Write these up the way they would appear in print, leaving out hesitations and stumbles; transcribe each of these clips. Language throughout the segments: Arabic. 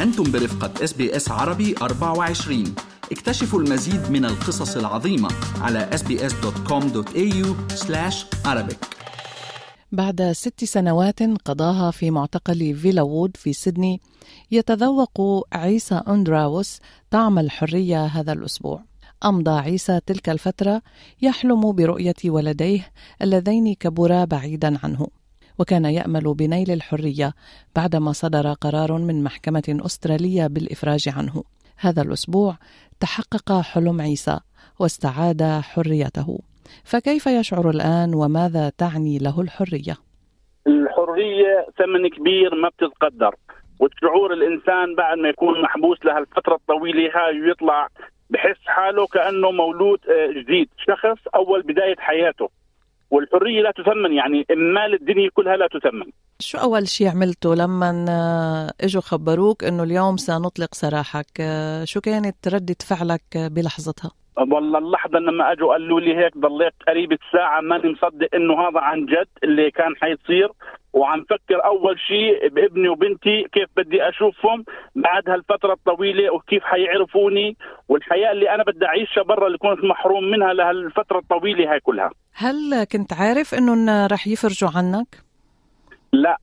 أنتم برفقة SBS عربي 24. اكتشفوا المزيد من القصص العظيمة على sbs.com.au/Arabic. بعد 6 سنوات قضاها في معتقل فيلا وود في سيدني، يتذوق عيسى أندراوس طعم الحرية هذا الأسبوع. أمضى عيسى تلك الفترة يحلم برؤية ولديه اللذين كبرا بعيدا عنه، وكان يأمل بنيل الحرية بعدما صدر قرار من محكمة أسترالية بالإفراج عنه. هذا الأسبوع تحقق حلم عيسى واستعاد حريته، فكيف يشعر الآن وماذا تعني له الحرية؟ الحرية ثمن كبير ما بتتقدر، وشعور الإنسان بعد ما يكون محبوس لها الفترة الطويلة هاي ويطلع بحس حاله كأنه مولود جديد، شخص أول بداية حياته. والحرية لا تثمن، يعني المال الدنيا كلها لا تثمن. شو أول شيء عملته لما إجوا خبروك إنه اليوم سنطلق سراحك؟ شو كانت ردة فعلك بلحظتها؟ والله اللحظة لما أجوا قالوا لي هيك ضليت قريبة ساعة ماني مصدق إنه هذا عن جد اللي كان حيصير، وعم فكر أول شيء بابني وبنتي كيف بدي أشوفهم بعد هالفترة الطويلة وكيف حيعرفوني، والحياة اللي أنا بدي أعيشها برا اللي كنت محروم منها لهالفترة الطويلة هاي كلها. هل كنت عارف إنه رح يفرجوا عنك؟ لا،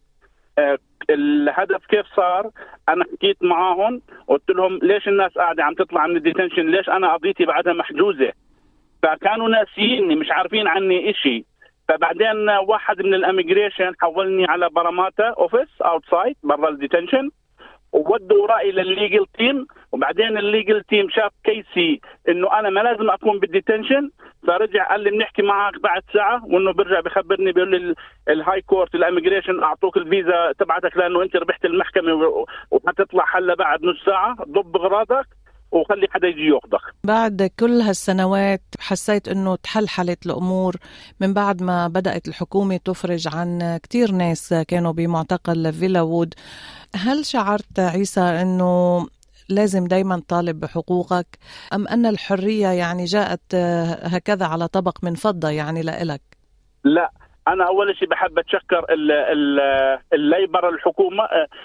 الهدف كيف صار؟ أنا حكيت معاهم قلت لهم ليش الناس قاعدة عم تطلع من الديتنشن، ليش أنا قضيتي بعدها محجوزة؟ فكانوا ناسيني مش عارفين عني إشي. فبعدين واحد من الاميجريشن حولني على براماتا اوفيس اوتسايد برا الديتنشن، وودوا رأي للليجل تيم، وبعدين الليجل تيم شاف كيسي انه انا ما لازم اكون بالديتنشن، فرجع قال لي بنحكي معك بعد ساعه، وانه برجع بخبرني بيقول لي الهاي كورت الاميجريشن اعطوك الفيزا تبعتك لانه انت ربحت المحكمه وحتطلع حله بعد نص ساعه، ضب اغراضك وخلي حدا يجي ياخذك. بعد كل هالسنوات حسيت انه تحلحلت الامور من بعد ما بدأت الحكومة تفرج عن كتير ناس كانوا بمعتقل فيلا وود. هل شعرت عيسى انه لازم دايما تطالب بحقوقك، ام ان الحرية يعني جاءت هكذا على طبق من فضة يعني لإلك؟ لا، أنا أول شيء بحب أتشكر الليبر الحكومة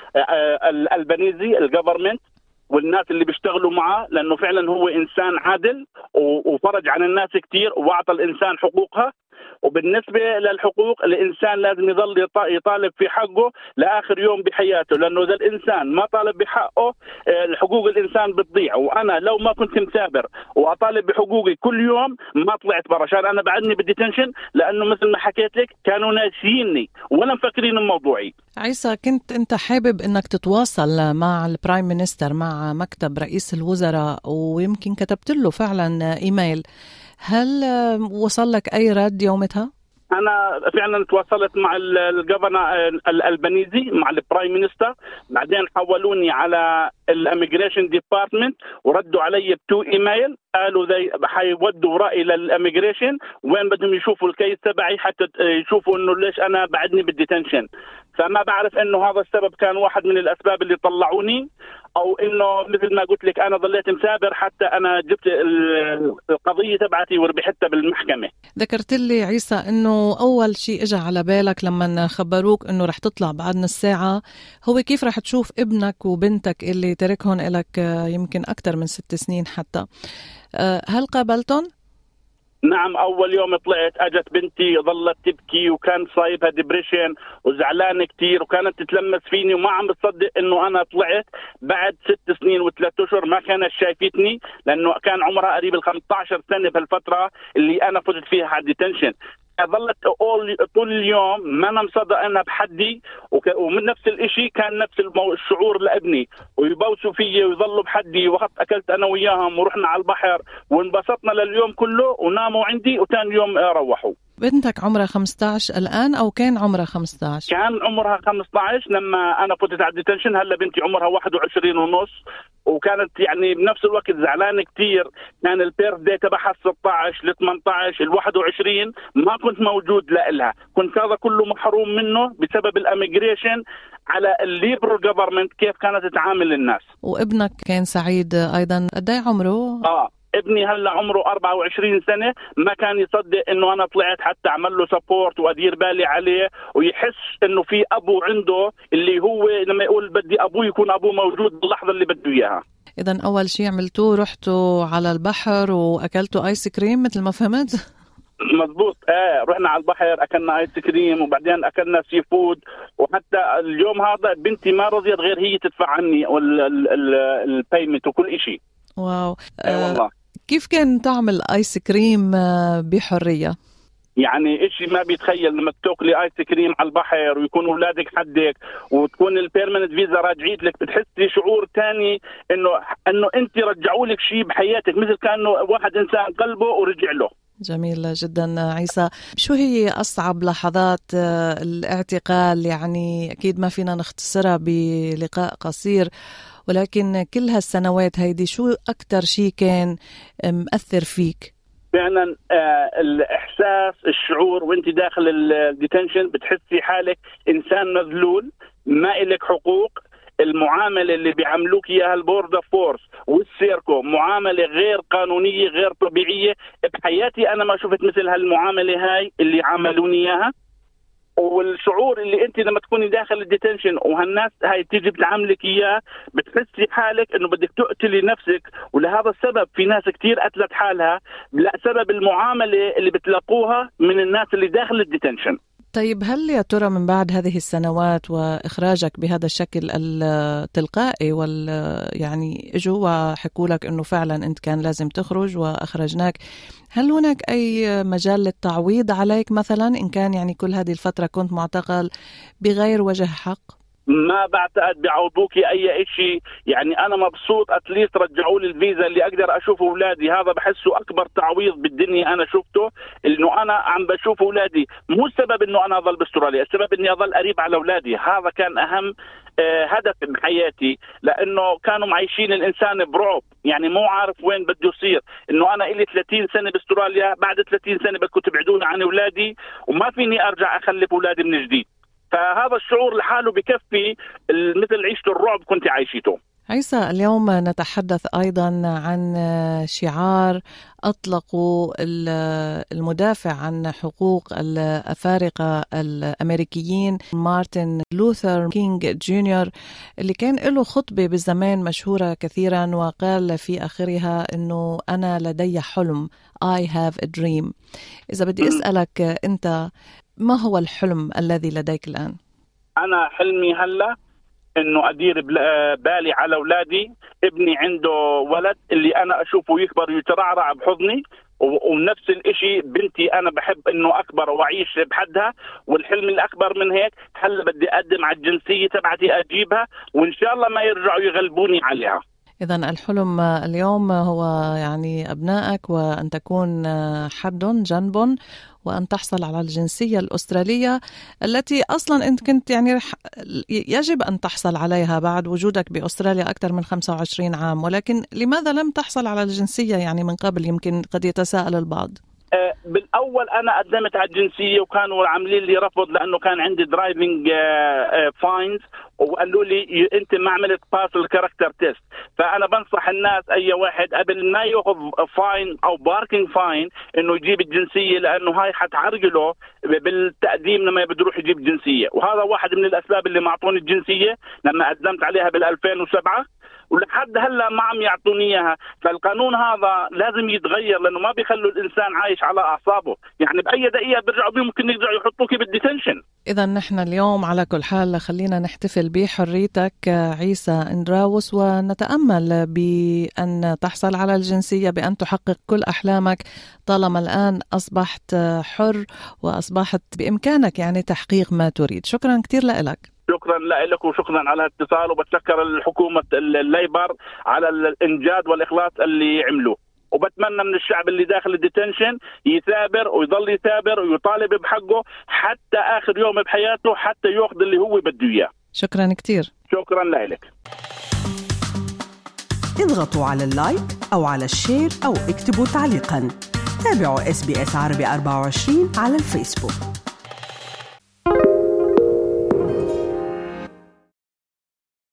الألبانيزي الجفرمنت والناس اللي بيشتغلوا معاه، لأنه فعلا هو إنسان عادل وفرج عن الناس كتير وأعطى الإنسان حقوقها. وبالنسبة للحقوق الإنسان لازم يظل يطالب في حقه لآخر يوم بحياته، لأنه إذا الإنسان ما طالب بحقه الحقوق الإنسان بتضيع. وأنا لو ما كنت مثابر وأطالب بحقوقي كل يوم ما طلعت برا، عشان أنا بعدني بالديتنشن، لأنه مثل ما حكيت لك كانوا ناسيني ولا مفكرين الموضوعي. عيسى، كنت أنت حابب أنك تتواصل مع البرايم مينستر، مع مكتب رئيس الوزراء، ويمكن كتبت له فعلا إيميل، هل وصل لك أي رد يومتها؟ أنا فعلا تواصلت مع الجفرنر الألبانيزي مع البرايم مينستر، بعدين حولوني على الاميجريشن ديبارتمنت وردوا علي ب2 إيميل، قالوا زي حيودوا رأي للاميجريشن وين بدهم يشوفوا الكيس تبعي حتى يشوفوا إنه ليش أنا بعدني بالديتنشن. فما بعرف إنه هذا السبب كان واحد من الأسباب اللي طلعوني، أو إنه مثل ما قلت لك أنا ظليت مثابر حتى أنا جبت القضية تبعتي وربحتها بالمحكمة. ذكرت لي عيسى إنه أول شيء إجا على بالك لما خبروك إنه رح تطلع بعد نص ساعة هو كيف رح تشوف ابنك وبنتك اللي تركهم لك يمكن أكثر من 6 سنين حتى. هل قابلتهم؟ نعم، أول يوم طلعت أجت بنتي ظلت تبكي وكان صايبها ديبريشن وزعلانة كتير، وكانت تتلمس فيني وما عم بتصدق إنه أنا طلعت بعد 6 سنين و3 أشهر. ما كانت شايفتني لأنه كان عمرها قريب 15 سنة بهالفترة اللي أنا فتت فيها على الديتنشن. ظلت طول اليوم ما أنا مصدق أنا بحدي، ومن نفس الإشي كان نفس الشعور لابني، ويبوسوا فيي ويظلوا بحدي، وقت أكلت أنا وياهم ورحنا على البحر وانبسطنا لليوم كله وناموا عندي وتاني يوم روحوا. بنتك عمرها 15 الآن أو كان عمرها 15؟ كان عمرها 15 لما أنا فتت على الديتنشن. هلا بنتي عمرها 21 ونص، وكانت يعني بنفس الوقت زعلانة كتير. كان البيرث داي تبعها 16 ل 18 ال 21 ما كنت موجود لها، كنت هذا كله محروم منه بسبب الاميجريشن على الليبرال جفرمنت كيف كانت تعامل الناس. وابنك كان سعيد أيضا، قد ايه عمره؟ ابني هلا عمره 24 سنة، ما كان يصدق انه انا طلعت حتى اعمل له سبورت وادير بالي عليه، ويحس انه في ابو عنده اللي هو لما يقول بدي ابوه يكون ابوه موجود باللحظة اللي بده اياها. إذن أول شيء عملتوه رحتوا على البحر وأكلتوا آيس كريم مثل ما فهمت؟ مضبوط. رحنا على البحر اكلنا ايس كريم وبعدين اكلنا سي فود، وحتى اليوم هذا بنتي ما رضيت غير هي تدفع عني البيمنت وكل شيء. واو. والله كيف كان تعمل ايس كريم بحرية؟ يعني اشي ما بيتخيل لما تاكلي ايس كريم على البحر ويكون اولادك حدك وتكون البيرمننت فيزا راجعيت لك، بتحسي شعور تاني انه انت رجعوا لك شيء بحياتك، مثل كانه واحد انسان قلبه ورجع له. جميل جدا. عيسى، شو هي أصعب لحظات الاعتقال؟ يعني أكيد ما فينا نختصرها بلقاء قصير، ولكن كل هالسنوات هيدي شو أكتر شيء كان مؤثر فيك؟ فعلا الإحساس، الشعور وانت داخل الديتنشن بتحسي حالك إنسان مذلول، ما إلك حقوق. المعاملة اللي بيعملوك إياها البوردر فورس والسيركو معاملة غير قانونية غير طبيعية. بحياتي أنا ما شفت مثل هالمعاملة هاي اللي عملوني إياها. والشعور اللي انت لما تكوني داخل الديتنشن وهالناس هاي تيجي بتعاملك اياه، بتحسي حالك انه بدك تقتلي نفسك. ولهذا السبب في ناس كتير قتلت حالها بسبب المعاملة اللي بتلاقوها من الناس اللي داخل الديتنشن. طيب، هل يا ترى من بعد هذه السنوات وإخراجك بهذا الشكل التلقائي يعني اجوا وحكوا لك انه فعلا انت كان لازم تخرج واخرجناك، هل هناك اي مجال للتعويض عليك مثلا ان كان يعني كل هذه الفترة كنت معتقل بغير وجه حق؟ ما بعتقد بيعوضوكي اي شيء. يعني انا مبسوط اتليست رجعوا لي الفيزا اللي اقدر اشوف اولادي. هذا بحسه اكبر تعويض بالدنيا انا شفته، انه انا عم بشوف اولادي. مو السبب انه انا اضل باستراليا، السبب اني اضل قريب على اولادي. هذا كان اهم هدف بحياتي، لانه كانوا معيشين الانسان برعب، يعني مو عارف وين بده يصير. انه انا الي 30 سنه باستراليا، بعد 30 سنه بدكم تبعدوني عن اولادي وما فيني ارجع اخلف اولادي من جديد. فهذا الشعور لحاله بكفي مثل عيشة الرعب كنت عايشته. عيسى، اليوم نتحدث أيضا عن شعار أطلقوا المدافع عن حقوق الأفارقة الأمريكيين مارتن لوثر كينغ جونيور، اللي كان له خطبة بالزمان مشهورة كثيرا وقال في آخرها أنه أنا لدي حلم I have a dream. إذا بدي أسألك أنت، ما هو الحلم الذي لديك الآن؟ أنا حلمي هلأ إنه أدير بالي على أولادي. ابني عنده ولد اللي أنا أشوفه يكبر يترعرع بحضني، ونفس الإشي بنتي أنا بحب إنه أكبر وأعيش بحدها. والحلم الأكبر من هيك هلأ بدي أقدم على الجنسية تبعتي أجيبها، وإن شاء الله ما يرجعوا يغلبوني عليها. إذن الحلم اليوم هو يعني أبنائك، وأن تكون حد جنب، وأن تحصل على الجنسية الأسترالية التي أصلا أنت كنت يعني يجب أن تحصل عليها بعد وجودك بأستراليا أكثر من 25 عام. ولكن لماذا لم تحصل على الجنسية يعني من قبل؟ يمكن قد يتساءل البعض. بالأول أنا قدمت على الجنسية وكانوا عاملين لي رفض، لأنه كان عندي درايفنج فاينز، وقالوا لي أنت ما عملت باس الكاركتر تيست. فأنا بنصح الناس أي واحد قبل ما يأخذ فاين أو باركينج فاين إنه يجيب الجنسية، لأنه هاي حتعرقله بالتقديم لما بيروح يجيب جنسية. وهذا واحد من الأسباب اللي ما أعطوني الجنسية لما قدمت عليها بال2007، ولحد هلا ما عم يعطوني اياها. فالقانون هذا لازم يتغير، لانه ما بيخلوا الانسان عايش على اعصابه. يعني باي دقيقه بيرجعوا بيه ممكن يرجعوا يحطوك بالديتنشن. اذا نحن اليوم على كل حال خلينا نحتفل بحريتك عيسى اندراوس، ونتامل بان تحصل على الجنسيه، بان تحقق كل احلامك، طالما الان اصبحت حر واصبحت بامكانك يعني تحقيق ما تريد. شكرا كثير لك. شكرا لك وشكرا على الاتصال، وبتشكر الحكومة الليبر على الإنجاز والإخلاص اللي عملوه. وبتمنى من الشعب اللي داخل الديتنشن يثابر ويضل يثابر ويطالب بحقه حتى آخر يوم بحياته، حتى يأخذ اللي هو بده إياه. شكرا كتير. شكرا لك. اضغطوا على اللايك أو على الشير أو اكتبوا تعليقا. تابعوا SBS عربي 24 على الفيسبوك.